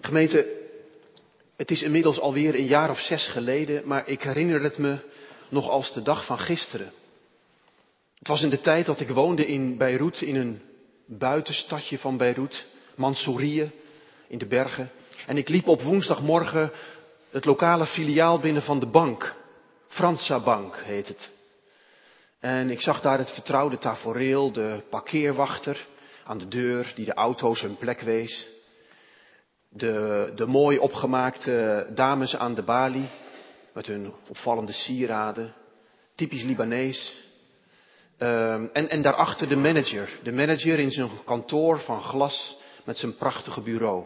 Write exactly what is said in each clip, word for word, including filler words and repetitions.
Gemeente, het is inmiddels alweer een jaar of zes geleden, maar ik herinner het me nog als de dag van gisteren. Het was in de tijd dat ik woonde in Beirut, in een buitenstadje van Beirut, Mansourië, in de bergen. En ik liep op woensdagmorgen het lokale filiaal binnen van de bank. Fransa Bank heet het. En ik zag daar het vertrouwde tafereel, de parkeerwachter aan de deur die de auto's hun plek wees. De, de mooi opgemaakte dames aan de balie met hun opvallende sieraden. Typisch Libanees. Um, en, en daarachter de manager. De manager in zijn kantoor van glas met zijn prachtige bureau.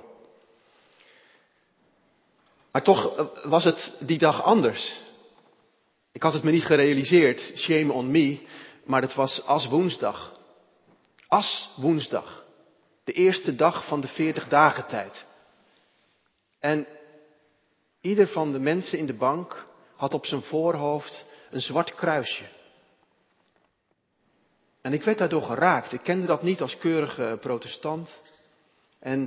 Maar toch was het die dag anders. Ik had het me niet gerealiseerd, shame on me, maar het was Aswoensdag. Aswoensdag. De eerste dag van de veertig dagen tijd. En ieder van de mensen in de bank had op zijn voorhoofd een zwart kruisje. En ik werd daardoor geraakt. Ik kende dat niet als keurige protestant. En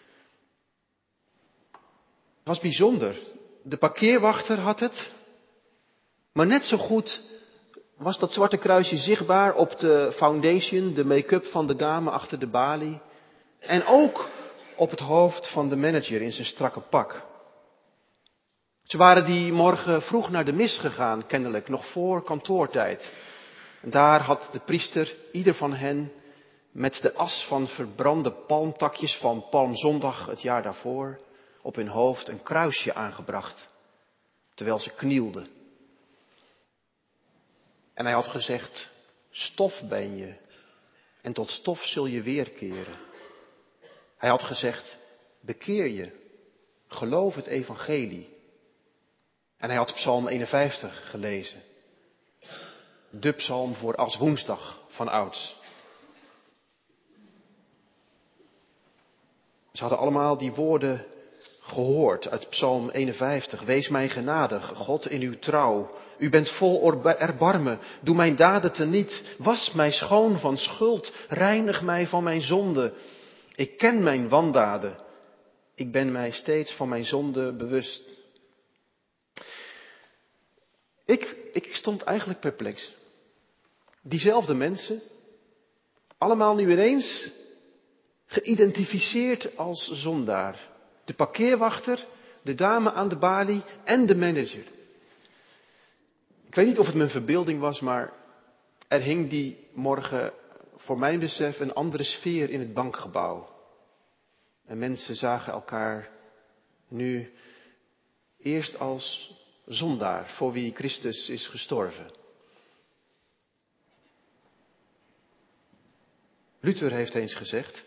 het was bijzonder. De parkeerwachter had het. Maar net zo goed was dat zwarte kruisje zichtbaar op de foundation, de make-up van de dame achter de balie. En ook op het hoofd van de manager in zijn strakke pak. Ze waren die morgen vroeg naar de mis gegaan, kennelijk, nog voor kantoortijd. En daar had de priester ieder van hen met de as van verbrande palmtakjes van Palmzondag het jaar daarvoor op hun hoofd een kruisje aangebracht, terwijl ze knielden. En hij had gezegd, stof ben je en tot stof zul je weerkeren. Hij had gezegd, bekeer je, geloof het evangelie. En hij had Psalm eenenvijftig gelezen. De psalm voor Aswoensdag van ouds. Ze hadden allemaal die woorden gehoord uit Psalm eenenvijftig. Wees mij genadig, God in uw trouw. U bent vol erbarmen. Doe mijn daden teniet. Was mij schoon van schuld. Reinig mij van mijn zonde. Ik ken mijn wandaden. Ik ben mij steeds van mijn zonde bewust. Ik, ik stond eigenlijk perplex. Diezelfde mensen, allemaal nu ineens geïdentificeerd als zondaar. De parkeerwachter, de dame aan de balie en de manager. Ik weet niet of het mijn verbeelding was, maar er hing die morgen voor mijn besef een andere sfeer in het bankgebouw. En mensen zagen elkaar nu eerst als zondaar voor wie Christus is gestorven. Luther heeft eens gezegd,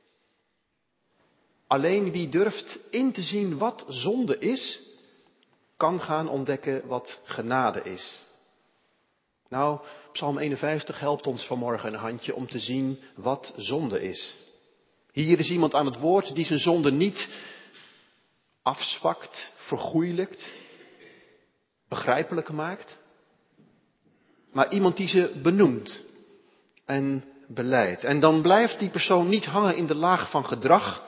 alleen wie durft in te zien wat zonde is, kan gaan ontdekken wat genade is. Nou, Psalm eenenvijftig helpt ons vanmorgen een handje om te zien wat zonde is. Hier is iemand aan het woord die zijn zonde niet afzwakt, vergoeilijkt, begrijpelijk maakt. Maar iemand die ze benoemt en beleidt. En dan blijft die persoon niet hangen in de laag van gedrag,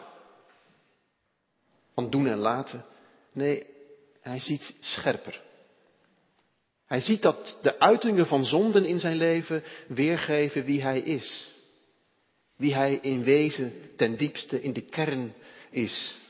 van doen en laten. Nee, hij ziet scherper. Hij ziet dat de uitingen van zonden in zijn leven weergeven wie hij is. Wie hij in wezen ten diepste in de kern is.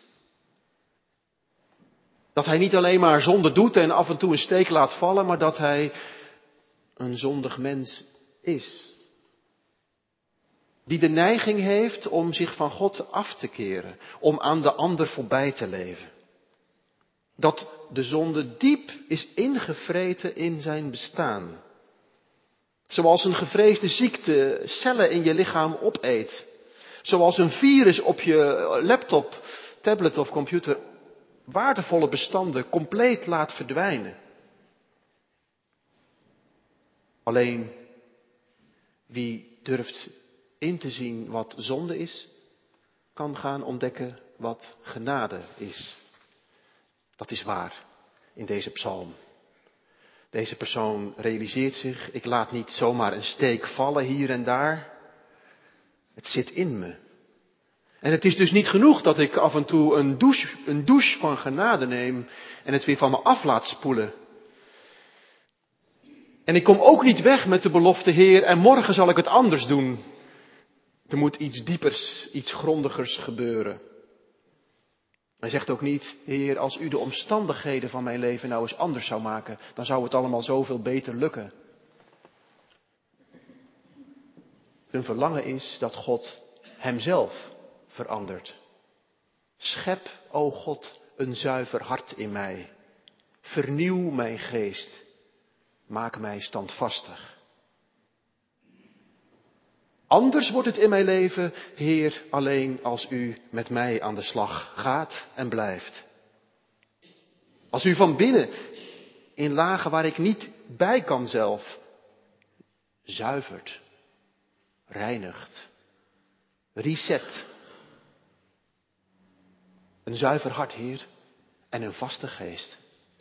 Dat hij niet alleen maar zonde doet en af en toe een steek laat vallen, maar dat hij een zondig mens is. Die de neiging heeft om zich van God af te keren, om aan de ander voorbij te leven. Dat de zonde diep is ingevreten in zijn bestaan. Zoals een gevreesde ziekte cellen in je lichaam opeet. Zoals een virus op je laptop, tablet of computer waardevolle bestanden compleet laat verdwijnen. Alleen wie durft in te zien wat zonde is, kan gaan ontdekken wat genade is. Dat is waar in deze psalm. Deze persoon realiseert zich, ik laat niet zomaar een steek vallen hier en daar. Het zit in me. En het is dus niet genoeg dat ik af en toe een douche, een douche van genade neem en het weer van me af laat spoelen. En ik kom ook niet weg met de belofte, Heer, en morgen zal ik het anders doen. Er moet iets diepers, iets grondigers gebeuren. Hij zegt ook niet, Heer, als u de omstandigheden van mijn leven nou eens anders zou maken, dan zou het allemaal zoveel beter lukken. Hun verlangen is dat God hemzelf verandert. Schep, o God, een zuiver hart in mij. Vernieuw mijn geest. Maak mij standvastig. Anders wordt het in mijn leven, Heer, alleen als u met mij aan de slag gaat en blijft. Als u van binnen, in lagen waar ik niet bij kan zelf, zuivert, reinigt, reset. Een zuiver hart, Heer, en een vaste geest.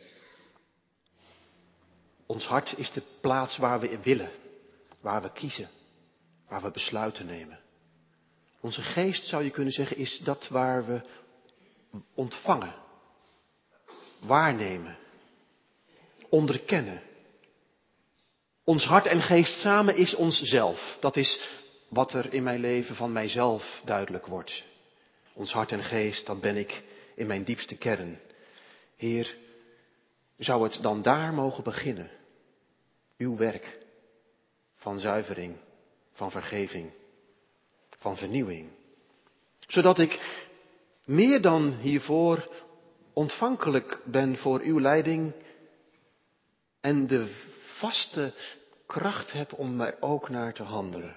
Ons hart is de plaats waar we willen, waar we kiezen, waar we besluiten nemen. Onze geest, zou je kunnen zeggen, is dat waar we ontvangen, waarnemen, onderkennen. Ons hart en geest samen is onszelf. Dat is wat er in mijn leven van mijzelf duidelijk wordt. Ons hart en geest, dat ben ik in mijn diepste kern. Heer, zou het dan daar mogen beginnen? Uw werk van zuivering, van vergeving, van vernieuwing. Zodat ik meer dan hiervoor ontvankelijk ben voor uw leiding en de vaste kracht heb om er ook naar te handelen.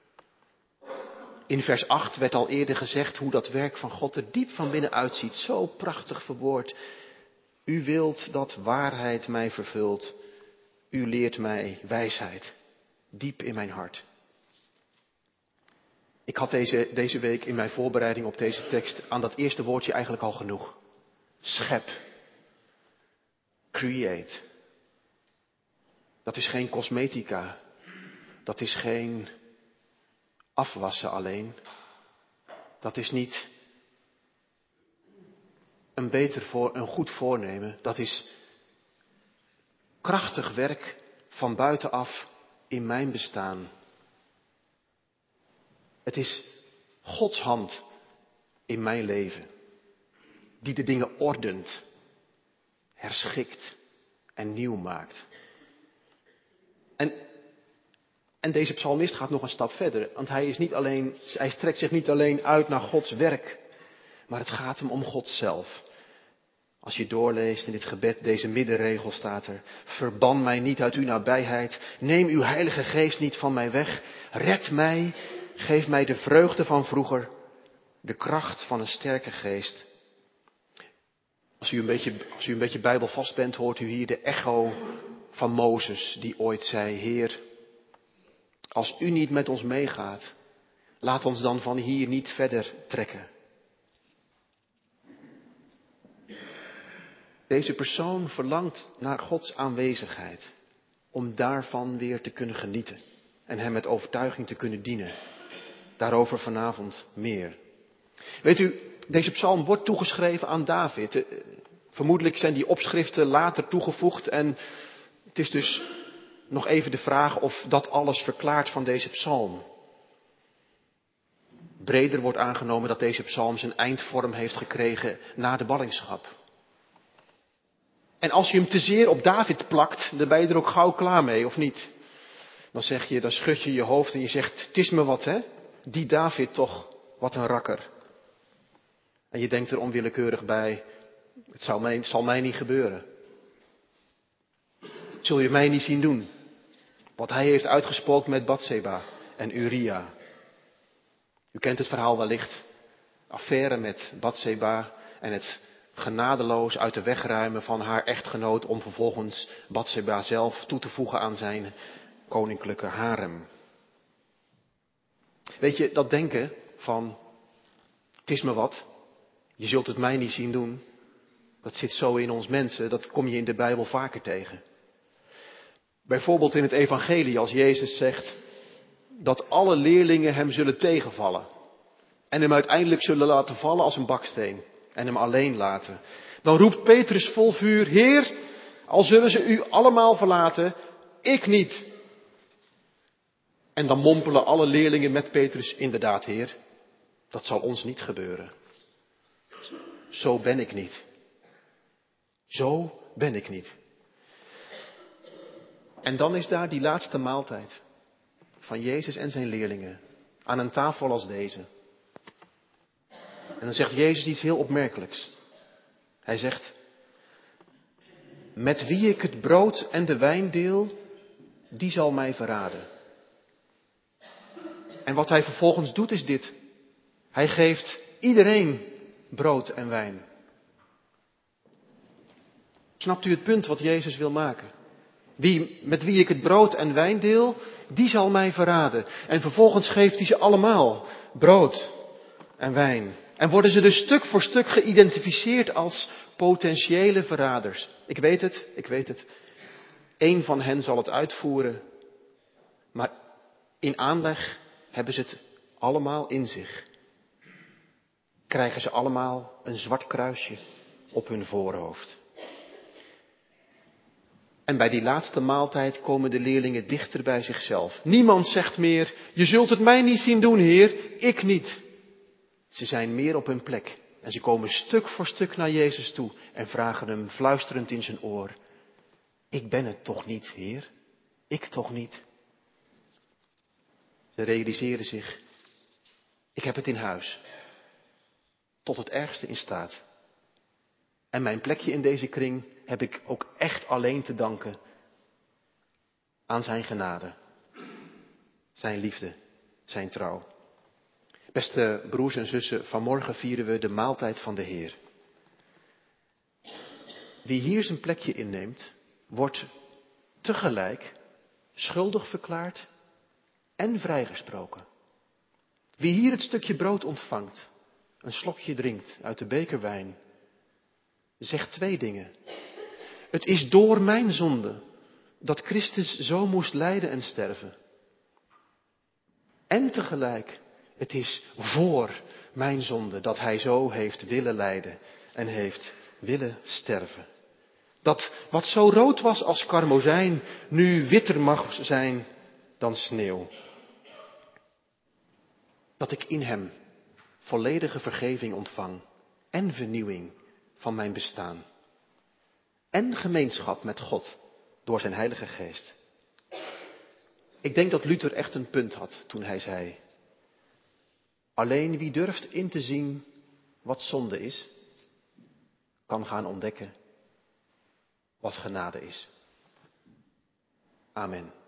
In vers acht werd al eerder gezegd hoe dat werk van God er diep van binnen uitziet. Zo prachtig verwoord. U wilt dat waarheid mij vervult. U leert mij wijsheid. Diep in mijn hart. Ik had deze, deze week in mijn voorbereiding op deze tekst aan dat eerste woordje eigenlijk al genoeg. Schep. Create. Dat is geen cosmetica. Dat is geen afwassen alleen. Dat is niet een beter voor, een goed voornemen. Dat is krachtig werk van buitenaf in mijn bestaan. Het is Gods hand in mijn leven. Die de dingen ordent, herschikt en nieuw maakt. En, en deze psalmist gaat nog een stap verder. Want hij, is niet alleen, hij strekt zich niet alleen uit naar Gods werk. Maar het gaat hem om God zelf. Als je doorleest in dit gebed, deze middenregel staat er. Verban mij niet uit uw nabijheid. Neem uw heilige geest niet van mij weg. Red mij. Geef mij de vreugde van vroeger. De kracht van een sterke geest. Als u een beetje, als u een beetje bijbelvast bent, hoort u hier de echo van Mozes. Die ooit zei, Heer, als u niet met ons meegaat, laat ons dan van hier niet verder trekken. Deze persoon verlangt naar Gods aanwezigheid. Om daarvan weer te kunnen genieten. En hem met overtuiging te kunnen dienen. Daarover vanavond meer. Weet u, deze psalm wordt toegeschreven aan David. Vermoedelijk zijn die opschriften later toegevoegd. En het is dus nog even de vraag of dat alles verklaart van deze psalm. Breder wordt aangenomen dat deze psalm zijn eindvorm heeft gekregen na de ballingschap. En als je hem te zeer op David plakt, dan ben je er ook gauw klaar mee, of niet? Dan zeg je, dan schud je je hoofd en je zegt, het is me wat, hè? Die David toch, wat een rakker. En je denkt er onwillekeurig bij, het zal mij, het zal mij niet gebeuren. Zul je mij niet zien doen? Wat hij heeft uitgesproken met Batseba en Uria. U kent het verhaal wellicht. Affaire met Batseba en het genadeloos uit de weg ruimen van haar echtgenoot om vervolgens Batseba zelf toe te voegen aan zijn koninklijke harem. Weet je, dat denken van, het is me wat, je zult het mij niet zien doen, dat zit zo in ons mensen, dat kom je in de Bijbel vaker tegen. Bijvoorbeeld in het evangelie als Jezus zegt dat alle leerlingen hem zullen tegenvallen. en hem uiteindelijk zullen laten vallen als een baksteen en hem alleen laten. Dan roept Petrus vol vuur, Heer, al zullen ze u allemaal verlaten, ik niet. En dan mompelen alle leerlingen met Petrus, inderdaad Heer, dat zal ons niet gebeuren. Zo ben ik niet. Zo ben ik niet. En dan is daar die laatste maaltijd van Jezus en zijn leerlingen aan een tafel als deze. En dan zegt Jezus iets heel opmerkelijks. Hij zegt, met wie ik het brood en de wijn deel, die zal mij verraden. En wat hij vervolgens doet is dit. Hij geeft iedereen brood en wijn. Snapt u het punt wat Jezus wil maken? Wie, met wie ik het brood en wijn deel, die zal mij verraden. En vervolgens geeft hij ze allemaal brood en wijn. En worden ze dus stuk voor stuk geïdentificeerd als potentiële verraders. Ik weet het, ik weet het. Eén van hen zal het uitvoeren. Maar in aanleg hebben ze het allemaal in zich. Krijgen ze allemaal een zwart kruisje op hun voorhoofd. En bij die laatste maaltijd komen de leerlingen dichter bij zichzelf. Niemand zegt meer, je zult het mij niet zien doen, Heer, ik niet. Ze zijn meer op hun plek en ze komen stuk voor stuk naar Jezus toe en vragen hem fluisterend in zijn oor. Ik ben het toch niet, Heer? Ik toch niet? Ze realiseren zich, ik heb het in huis. Tot het ergste in staat. En mijn plekje in deze kring heb ik ook echt alleen te danken aan zijn genade, zijn liefde, zijn trouw. Beste broers en zussen, vanmorgen vieren we de maaltijd van de Heer. Wie hier zijn plekje inneemt, wordt tegelijk schuldig verklaard en vrijgesproken. Wie hier het stukje brood ontvangt, een slokje drinkt uit de beker wijn, zegt twee dingen. Het is door mijn zonde dat Christus zo moest lijden en sterven. En tegelijk, het is voor mijn zonde dat hij zo heeft willen lijden en heeft willen sterven. Dat wat zo rood was als karmozijn, nu witter mag zijn dan sneeuw. Dat ik in hem volledige vergeving ontvang en vernieuwing van mijn bestaan. En gemeenschap met God door zijn Heilige Geest. Ik denk dat Luther echt een punt had toen hij zei: alleen wie durft in te zien wat zonde is, kan gaan ontdekken wat genade is. Amen.